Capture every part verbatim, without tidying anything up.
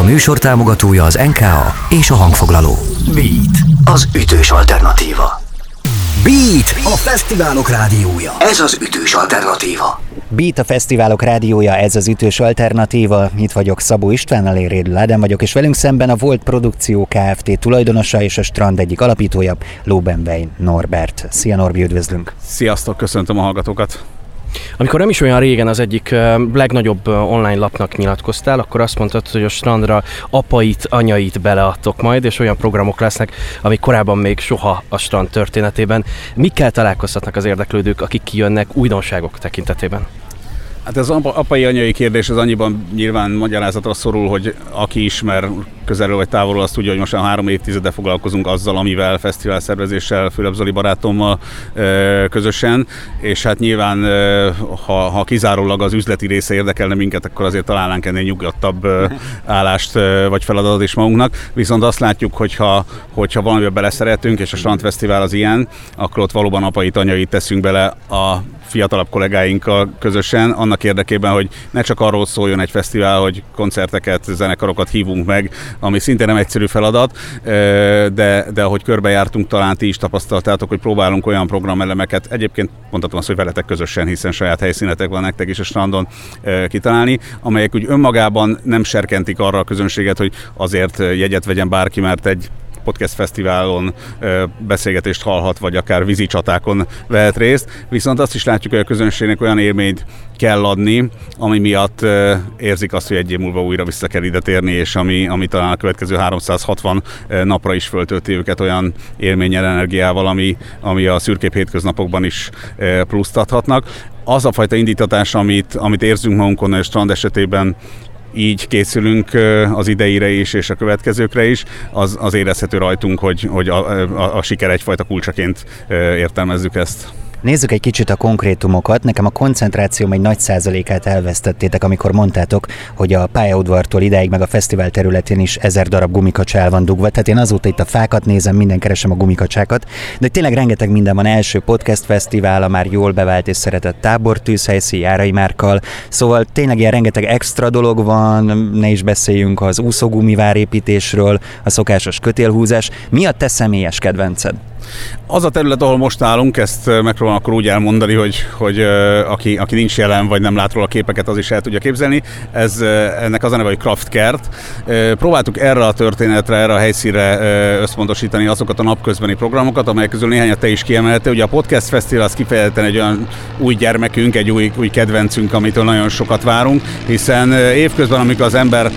műsor támogatója az en ká á és a hangfoglaló. Beat, az ütős alternatíva. Beat, a fesztiválok rádiója. Ez az ütős alternatíva. Beat, a fesztiválok rádiója, ez az ütős alternatíva. Itt vagyok Szabó Istvánnal, én Rédl Ádám vagyok, és velünk szemben a Volt Produkció Kft. Tulajdonosa és a Strand egyik alapítója, Lóbenvein Norbert. Szia Norbi, üdvözlünk! Sziasztok, köszöntöm a hallgatókat! Amikor nem is olyan régen az egyik legnagyobb online lapnak nyilatkoztál, akkor azt mondtad, hogy a Strandra apait, anyait beleadtok majd, és olyan programok lesznek, amik korábban még soha a Strand történetében. Mikkel találkozhatnak az érdeklődők, akik kijönnek újdonságok tekintetében? Hát ez az apai-anyai kérdés, az annyiban nyilván magyarázatra szorul, hogy aki ismer közelről vagy távolról, azt tudja, hogy most már három évtizede foglalkozunk azzal, amivel fesztivál szervezéssel, Fülöp Zoli barátommal közösen, és hát nyilván, ha, ha kizárólag az üzleti része érdekelne minket, akkor azért találnánk ennél nyugodtabb állást vagy feladatot is magunknak, viszont azt látjuk, hogyha, hogyha valamivel beleszeretünk, és a Strand Fesztivál az ilyen, akkor ott valóban apait, anyait teszünk bele a fiatalabb kollégáinkkal közösen, annak érdekében, hogy ne csak arról szóljon egy fesztivál, hogy koncerteket, zenekarokat hívunk meg, ami szintén nem egyszerű feladat, de, de ahogy körbejártunk, talán ti is tapasztaltátok, hogy próbálunk olyan programelemeket, egyébként mondhatom azt, hogy veletek közösen, hiszen saját helyszínetek van nektek is a Strandon kitalálni, amelyek úgy önmagában nem serkentik arra a közönséget, hogy azért jegyet vegyen bárki, mert egy podcast fesztiválon beszélgetést hallhat, vagy akár vízi csatákon vehet részt, viszont azt is látjuk, hogy a közönségnek olyan élményt kell adni, ami miatt érzik azt, hogy egy év múlva újra vissza kell ide térni, és ami, ami talán a következő háromszázhatvan napra is föltölti őket olyan élménnyel, energiával, ami, ami a szürkébb hétköznapokban is pluszt adhatnak. Az a fajta indítatás, amit, amit érzünk magunkon a Strand esetében, így készülünk az ideire is, és a következőkre is, az, az érezhető rajtunk, hogy, hogy a, a, a siker egyfajta kulcsaként értelmezzük ezt. Nézzük egy kicsit a konkrétumokat. Nekem a koncentrációm egy nagy százalékát elvesztettétek, amikor mondtátok, hogy a pályaudvartól idáig meg a fesztivál területén is ezer darab gumikacsa el van dugva. Tehát én azóta itt a fákat nézem, minden keresem a gumikacsákat. De tényleg rengeteg minden van. Első podcast fesztivál, a már jól bevált és szeretett tábortűzhelyszín Járai Márkkal. Szóval tényleg ilyen rengeteg extra dolog van, ne is beszéljünk az úszógumivárépítésről, a szokásos kötélhúzás. Mi a te személyes kedvenced? Az a terület, ahol most állunk, ezt megpróbálom akkor úgy elmondani, hogy, hogy uh, aki, aki nincs jelen, vagy nem lát róla a képeket, az is el tudja képzelni. Ez, uh, ennek az a neve, hogy Kraftkert. Uh, próbáltuk erre a történetre, erre a helyszínre uh, összpontosítani azokat a napközbeni programokat, amelyek közül néhányat te is kiemelte. Ugye a Podcast Fesztivál az kifejezetten egy olyan új gyermekünk, egy új, új kedvencünk, amitől nagyon sokat várunk, hiszen uh, évközben, amikor az ember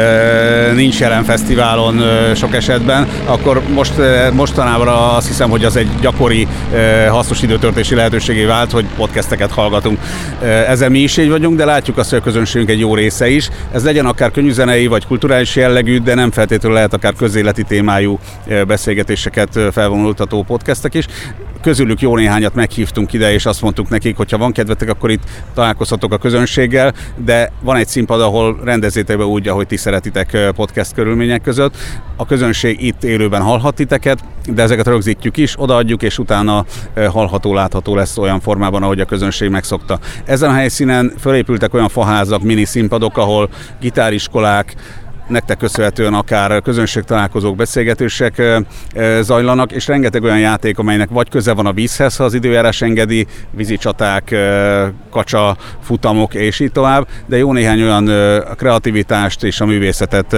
uh, nincs jelen fesztiválon uh, sok esetben, akkor most, uh, mostanában azt hiszem, hogy az egy gyakori, hasznos időtöltési lehetőségé vált, hogy podcasteket hallgatunk. Ezzel mi is így vagyunk, de látjuk azt, hogy a közönségünk egy jó része is. Ez legyen akár könyvzenei vagy kulturális jellegű, de nem feltétlenül lehet akár közéleti témájú beszélgetéseket felvonultató podcastek is. Közülük jó néhányat meghívtunk ide, és azt mondtuk nekik, hogy ha van kedvetek, akkor itt találkozhatok a közönséggel, de van egy színpad, ahol rendezzétek be úgy, ahogy ti szeretitek podcast körülmények között. A közönség itt élőben hallhat titeket, de ezeket rögzítjük is, odaadjuk, és utána hallható, látható lesz olyan formában, ahogy a közönség megszokta. Ezen a helyszínen fölépültek olyan faházak, mini színpadok, ahol gitáriskolák, nektek köszönhetően akár közönségtalálkozók, beszélgetések zajlanak, és rengeteg olyan játék, amelynek vagy köze van a vízhez, ha az időjárás engedi, vízi csaták, kacsa, futamok, és így tovább, de jó néhány olyan kreativitást és a művészetet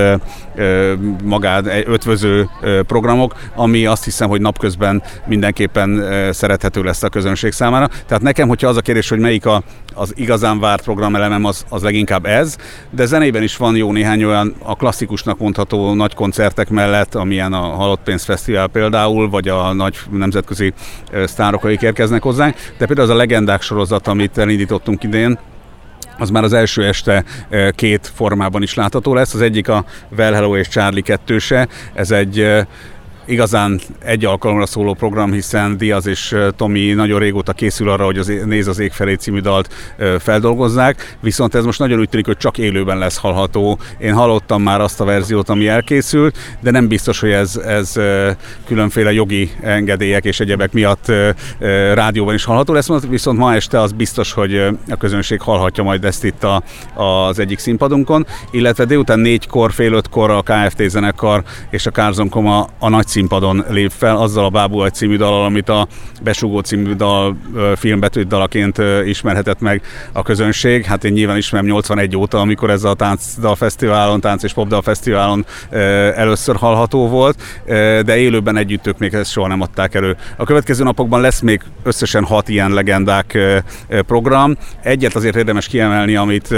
magát ötvöző programok, ami azt hiszem, hogy napközben mindenképpen szerethető lesz a közönség számára. Tehát nekem, hogyha az a kérdés, hogy melyik a, az igazán várt programelemem, az, az leginkább ez, de zenében is van jó néhány olyan a klasszikusnak mondható nagy koncertek mellett, amilyen a Halott Pénz Fesztivál például, vagy a nagy nemzetközi sztárok, akik érkeznek hozzánk, de például az a Legendák sorozat, amit elindítottunk idén, az már az első este két formában is látható lesz. Az egyik a Well Hello és Charlie kettőse, ez egy igazán egy alkalomra szóló program, hiszen Diaz és Tomi nagyon régóta készül arra, hogy az Néz az ég felé című dalt feldolgozzák, viszont ez most nagyon úgy tűnik, hogy csak élőben lesz hallható. Én hallottam már azt a verziót, ami elkészült, de nem biztos, hogy ez, ez különféle jogi engedélyek és egyebek miatt rádióban is hallható lesz, viszont ma este az biztos, hogy a közönség hallhatja majd ezt itt a, az egyik színpadunkon, illetve délután négykor, fél ötkor a ká ef té zenekar és a Carson Coma a nagy színpadon lép fel, azzal a Bábú című dallal, amit a Besúgó című dal filmbetűt dalaként ismerhetett meg a közönség. Hát én nyilván ismerem nyolcvanegy óta, amikor ez a Táncdal Fesztiválon, Tánc és Popdal Fesztiválon először hallható volt, de élőben együtt ők még ezt soha nem adták elő. A következő napokban lesz még összesen hat ilyen legendák program. Egyet azért érdemes kiemelni, amit,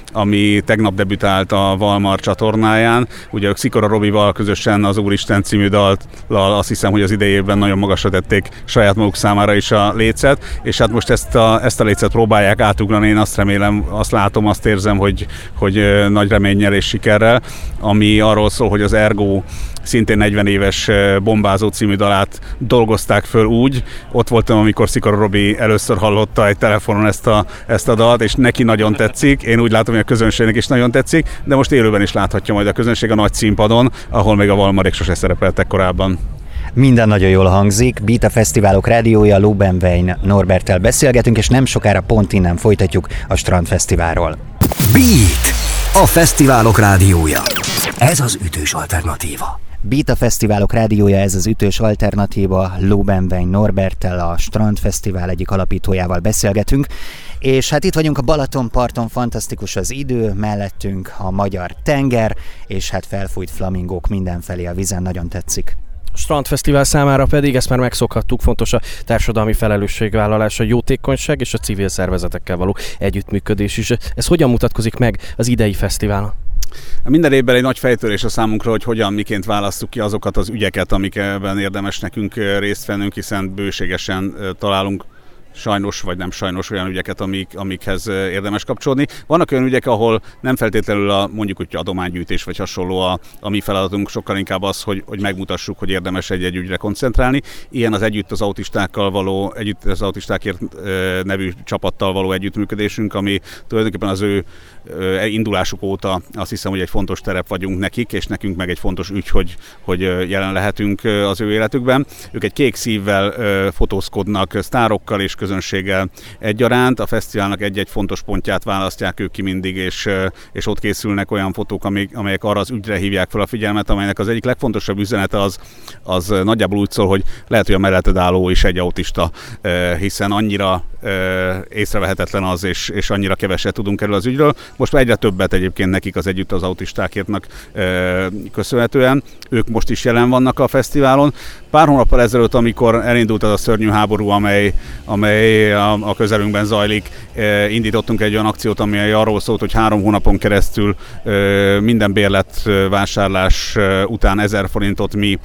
ami tegnap debütált a Valmar csatornáján. Ugye ők Szikora Robival közösen az Úristen című dalt, azt hiszem, hogy az idejében nagyon magasra tették saját maguk számára is a lécet, és hát most ezt a, ezt a lécet próbálják átugrani. Én azt remélem, azt látom, azt érzem, hogy, hogy nagy reménnyel és sikerrel, ami arról szól, hogy az Ergo szintén negyven éves Bombázó című dalát dolgozták föl úgy. Ott voltam, amikor Szikora Robi először hallotta egy telefonon ezt a, ezt a dalt, és neki nagyon tetszik. Én úgy látom, hogy a közönségnek is nagyon tetszik, de most élőben is láthatja majd a közönség a nagy színpadon, ahol még a Valmarék sose szerepeltek korábban. Minden nagyon jól hangzik, Beat a Fesztiválok rádiója, Lubenwein Norberttel beszélgetünk, és nem sokára pont innen folytatjuk a Strandfesztiválról. Beat a Fesztiválok rádiója. Ez az ütős alternatíva. Beat a Fesztiválok rádiója, ez az ütős alternatíva, Lubenwein Norberttel, a Strandfesztivál egyik alapítójával beszélgetünk, és hát itt vagyunk a Balatonparton, fantasztikus az idő, mellettünk a magyar tenger, és hát felfújt flamingók mindenfelé a vízen, nagyon tetszik. A Strandfesztivál számára pedig, ezt már megszokhattuk, fontos a társadalmi felelősségvállalás, a jótékonyság és a civil szervezetekkel való együttműködés is. Ez hogyan mutatkozik meg az idei fesztiválon? Minden évben egy nagy fejtörés a számunkra, hogy hogyan, miként választjuk ki azokat az ügyeket, amikben érdemes nekünk részt vennünk, hiszen bőségesen találunk sajnos vagy nem sajnos olyan ügyeket, amik, amikhez érdemes kapcsolódni. Vannak olyan ügyek, ahol nem feltétlenül a, mondjuk, hogy adománygyűjtés vagy hasonló a, a mi feladatunk, sokkal inkább az, hogy, hogy megmutassuk, hogy érdemes egy-egy ügyre koncentrálni. Ilyen az Együtt az autistákkal való, Együtt az autistákért nevű csapattal való együttműködésünk, ami tulajdonképpen az ő indulásuk óta azt hiszem, hogy egy fontos terep vagyunk nekik, és nekünk meg egy fontos ügy, hogy, hogy jelen lehetünk az ő életükben. Ők egy kék szívvel fotózkodnak sztárokkal és közönséggel egyaránt. A fesztiválnak egy-egy fontos pontját választják ők ki mindig, és, és ott készülnek olyan fotók, amik, amelyek arra az ügyre hívják fel a figyelmet, amelynek az egyik legfontosabb üzenete az, az nagyjából úgy szól, hogy lehet, hogy a melletted álló is egy autista, hiszen annyira észrevehetetlen az, és, és annyira keveset tudunk erről az ügyről. Most már egyre többet egyébként nekik az Együtt az autistákértnak köszönhetően. Ők most is jelen vannak a fesztiválon. Pár hónappal ezelőtt, amikor elindult az a szörnyű háború, amely, amely a, a közelünkben zajlik, indítottunk egy olyan akciót, ami arról szólt, hogy három hónapon keresztül minden bérletvásárlás után ezer forintot mi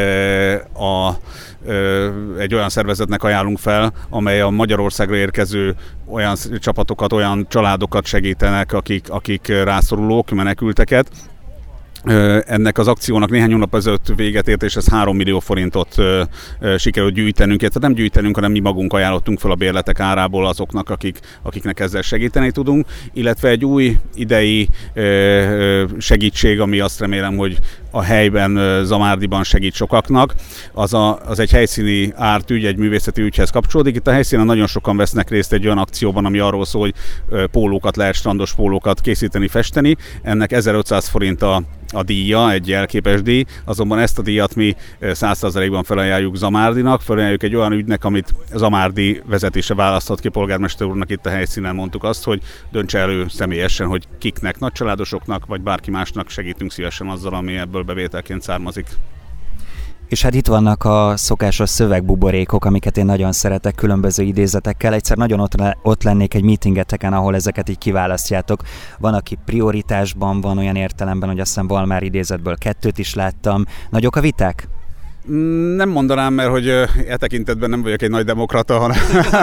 a egy olyan szervezetnek ajánlunk fel, amely a Magyarországra érkező olyan csapatokat, olyan családokat segítenek, akik, akik rászorulók, menekülteket. Ennek az akciónak néhány hónap ezelőtt véget ért, és ez három millió forintot sikerült gyűjtenünk, tehát nem gyűjtenünk, hanem mi magunk ajánlottunk fel a bérletek árából azoknak, akik, akiknek ezzel segíteni tudunk, illetve egy új idei segítség, ami azt remélem, hogy a helyben, Zamárdiban segít sokaknak, az, a, az egy helyszíni ártügy, egy művészeti ügyhez kapcsolódik. Itt a helyszínen nagyon sokan vesznek részt egy olyan akcióban, ami arról szól, hogy pólókat lehet, strandos pólókat készíteni, festeni. Ennek ezerötszáz forint a a díja, egy jelképes díj, azonban ezt a díjat mi száz százalékban felajánljuk Zamárdinak, felajánljuk egy olyan ügynek, amit Zamárdi vezetése választott ki, polgármester úrnak itt a helyszínen mondtuk azt, hogy döntse elő személyesen, hogy kiknek, nagycsaládosoknak, vagy bárki másnak segítünk szívesen azzal, ami ebből bevételként származik. És hát itt vannak a szokásos szövegbuborékok, amiket én nagyon szeretek különböző idézetekkel. Egyszer nagyon ott, le, ott lennék egy meetingeteken, ahol ezeket így kiválasztjátok. Van, aki prioritásban van olyan értelemben, hogy azt hiszem Valmár idézetből kettőt is láttam. Nagyok a viták? Nem mondanám, mert hogy e tekintetben nem vagyok egy nagy demokrata, hanem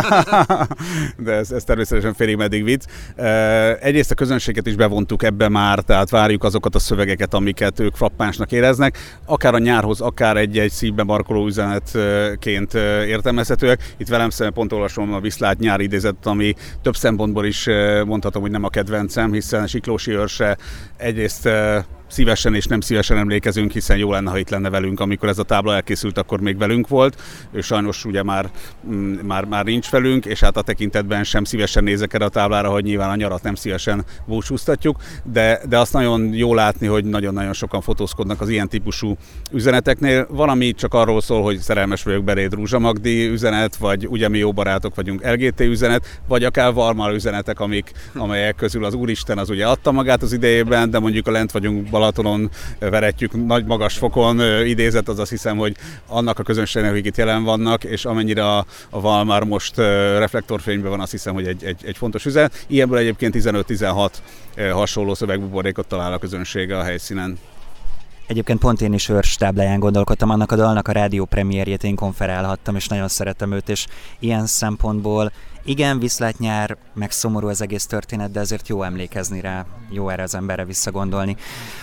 de ez, ez természetesen félig meddig vicc. Egyrészt a közönséget is bevontuk ebbe már, tehát várjuk azokat a szövegeket, amiket ők frappánsnak éreznek, akár a nyárhoz, akár egy-egy szívbe markoló üzenetként értelmezhetőek. Itt velem szemben pont olvasom a Viszlát nyári idézetet, ami több szempontból is mondhatom, hogy nem a kedvencem, hiszen Siklósi Őrse egyrészt szívesen és nem szívesen emlékezünk, hiszen jó lenne, ha itt lenne velünk, amikor ez a tábla elkészült, akkor még velünk volt. Ő sajnos ugye már, már, már nincs velünk, és hát a tekintetben sem szívesen nézek erre a táblára, hogy nyilván a nyarat nem szívesen búcsúztatjuk, de, de azt nagyon jó látni, hogy nagyon-nagyon sokan fotózkodnak az ilyen típusú üzeneteknél. Valami csak arról szól, hogy szerelmes vagyok beléd Rúzsa Magdi üzenet, vagy ugye mi jó barátok vagyunk el gé té üzenet, vagy akár Varmal üzenetek, amik, amelyek közül az Úristen az ugye adta magát az idejében, de mondjuk a lent vagyunk Balatonon, veretjük nagy magas fokon idézet, az azt hiszem, hogy annak a közönségnek, akik itt jelen vannak, és amennyire a, a Valmár most reflektorfényben van, azt hiszem, hogy egy, egy, egy fontos üzenet. Ilyenből egyébként tizenöt-tizenhat hasonló szövegbuborékot talál a közönsége a helyszínen. Egyébként pont én is Őrs tábláján gondolkodtam, annak a dalnak a rádió premierjét én konferálhattam, és nagyon szeretem őt, és ilyen szempontból igen, Viszlát nyár, meg szomorú az egész történet, de azért jó emlékezni rá, jó erre az emberre visszagondolni.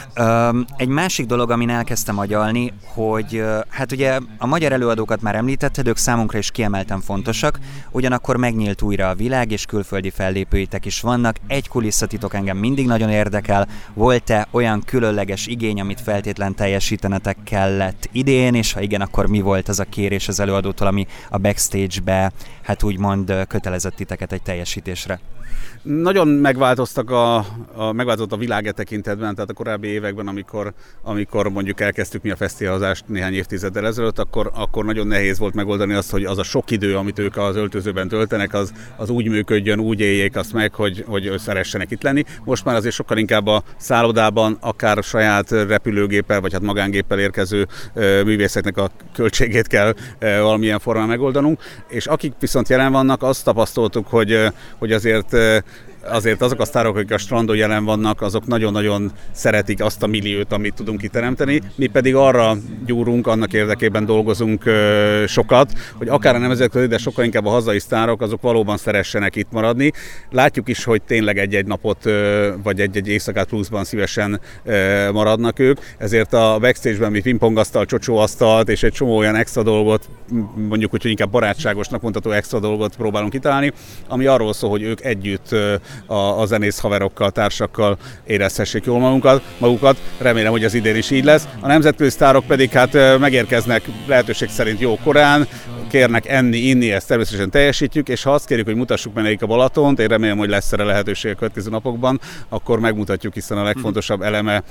Üm, egy másik dolog, amin elkezdtem agyalni, hogy hát ugye a magyar előadókat már említetted, ők számunkra is kiemelten fontosak, ugyanakkor megnyílt újra a világ, és külföldi fellépőitek is vannak. Egy kulisszatitok engem mindig nagyon érdekel, volt-e olyan különleges igény, amit feltétlen teljesítenetek kellett idén, és ha igen, akkor mi volt az a kérés az előadótól, ami a backstage-be, hát úgymond kötelezett titeket egy teljesítésre? Nagyon megváltoztak a, a, megváltozott a világ e tekintetben, tehát a korábbi években, amikor, amikor mondjuk elkezdtük mi a fesztiválozást néhány évtizeddel ezelőtt, akkor, akkor nagyon nehéz volt megoldani azt, hogy az a sok idő, amit ők az öltözőben töltenek, az, az úgy működjön, úgy éljék azt meg, hogy, hogy szeressenek itt lenni. Most már azért sokkal inkább a szállodában, akár a saját repülőgéppel, vagy hát magángéppel érkező e, művészeknek a költségét kell e, valamilyen formán megoldanunk, és akik viszont jelen vannak, azt tapasztaltuk, hogy, hogy azért azért azok a sztárok, akik a strandon jelen vannak, azok nagyon-nagyon szeretik azt a milliót, amit tudunk kiteremteni. Mi pedig arra gyúrunk, annak érdekében dolgozunk ö, sokat, hogy akár a nemzetközi, de sokkal inkább a hazai sztárok, azok valóban szeressenek itt maradni. Látjuk is, hogy tényleg egy-egy napot, ö, vagy egy-egy éjszakát pluszban szívesen ö, maradnak ők. Ezért a backstage-ben mi pingpongasztal, csocsóasztalt és egy csomó olyan extra dolgot, mondjuk úgy, hogy inkább barátságosnak mondható extra dolgot próbálunk kitalálni, ami arról szól, hogy ők együtt ö, A, a zenész haverokkal, társakkal érezhessék jól magunkat, magukat. Remélem, hogy az idén is így lesz. A nemzetközi sztárok pedig hát megérkeznek lehetőség szerint jó korán, kérnek enni, inni, ezt természetesen teljesítjük, és ha azt kérjük, hogy mutassuk meg nekik a Balatont, én remélem, hogy lesz erre lehetőség a következő napokban, akkor megmutatjuk, hiszen a legfontosabb eleme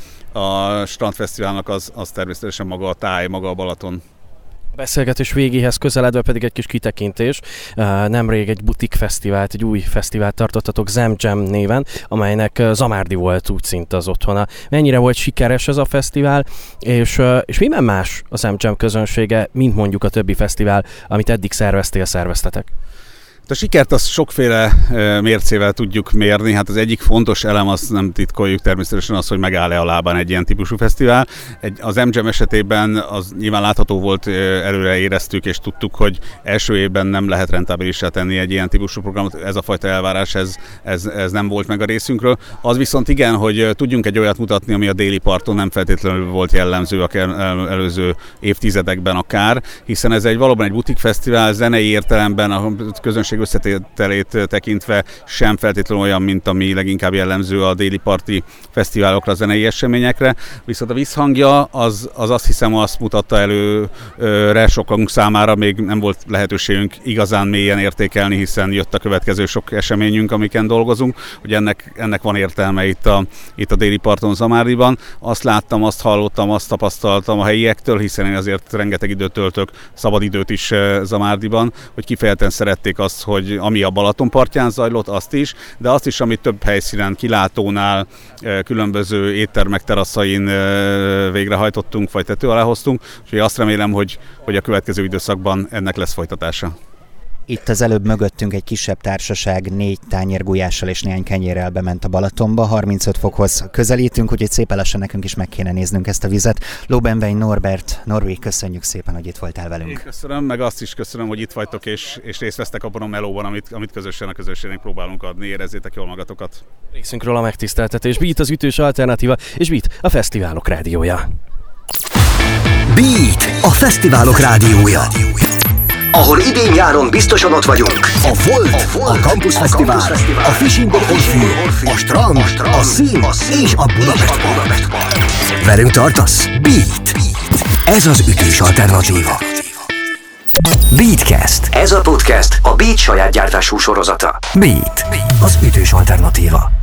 a strandfesztiválnak az, az természetesen maga a táj, maga a Balaton. A beszélgetés végéhez közeledve pedig egy kis kitekintés. Nemrég egy butik fesztivált, egy új fesztivált tartottatok Zem Jam néven, amelynek Zamárdi volt úgy szinte az otthona. Mennyire volt sikeres ez a fesztivál, és, és miben más a Zem Jam közönsége, mint mondjuk a többi fesztivál, amit eddig szerveztél, szerveztetek? A sikert azt sokféle mércével tudjuk mérni, hát az egyik fontos elem, azt nem titkoljuk természetesen az, hogy megáll-e a lábán egy ilyen típusú fesztivál. Egy, az em jam esetében az nyilván látható volt, előre éreztük és tudtuk, hogy első évben nem lehet rentábilissá tenni egy ilyen típusú programot, ez a fajta elvárás, ez, ez, ez nem volt meg a részünkről. Az viszont igen, hogy tudjunk egy olyat mutatni, ami a déli parton nem feltétlenül volt jellemző a előző évtizedekben akár, hiszen ez egy valóban egy butikfesztivál, zenei értelemben a közönség összetételét tekintve sem feltétlenül olyan, mint ami leginkább jellemző a déli parti fesztiválokra, zenei eseményekre. Viszont a visszhangja az, az azt hiszem azt mutatta előre sokunk számára, még nem volt lehetőségünk igazán mélyen értékelni, hiszen jött a következő sok eseményünk, amiken dolgozunk, hogy ennek, ennek van értelme itt a, itt a déli parton, Zamárdiban. Azt láttam, azt hallottam, azt tapasztaltam a helyiektől, hiszen én azért rengeteg időt töltök, szabad időt is Zamárdiban, hogy kifejezetten szerették azt, hogy ami a Balaton partján zajlott, azt is, de azt is, amit több helyszínen, kilátónál, különböző éttermek teraszain végrehajtottunk, vagy tető alá hoztunk, úgyhogy azt remélem, hogy, hogy a következő időszakban ennek lesz folytatása. Itt az előbb mögöttünk egy kisebb társaság négy tányér gulyással és néhány kenyérrel bement a Balatonba. harmincöt fokhoz közelítünk, úgyhogy szépen lassan nekünk is meg kéne néznünk ezt a vizet. Lóbenvein Norbert, Norvi, köszönjük szépen, hogy itt voltál velünk. Én köszönöm, meg azt is köszönöm, hogy itt vagytok és, és részt vesztek abban a melóban, amit, amit közösen a közösségnek próbálunk adni. Érezzétek jól magatokat. Részünkről a megtiszteltetés. Beat az ütős alternatíva, és Beat a fesztiválok rádiója. Beat, a fesztiválok rádiója. Ahol idén-nyáron biztosan ott vagyunk. A Volt, a, Volt, a Campus Fesztivál, a Fishing Orfű, a Strand, a Szín és a Budapest Park. Velünk tartasz? Beat. Ez az ütős alternatíva. Beatcast. Ez a podcast a Beat saját gyártású sorozata. Beat, az ütős alternatíva.